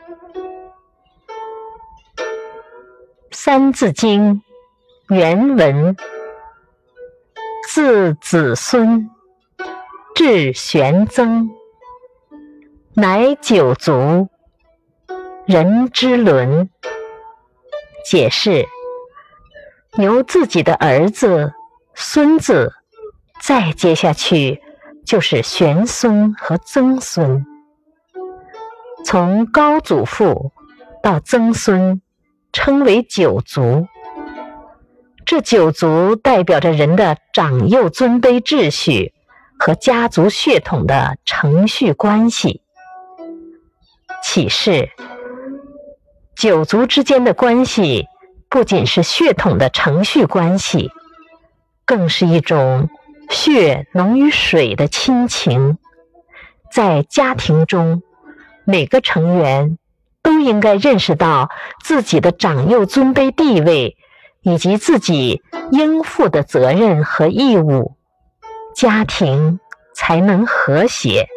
三字经原文：自子孙至玄曾，乃九族，人之伦。解释：由自己的儿子、孙子，再接下去就是玄孙和曾孙，从高祖父到曾孙，称为九族。这九族代表着人的长幼尊卑秩序和家族血统的承续关系。启示：九族之间的关系不仅是血统的承续关系，更是一种血浓于水的亲情。在家庭中，每个成员都应该认识到自己的长幼尊卑地位以及自己应负的责任和义务，家庭才能和谐。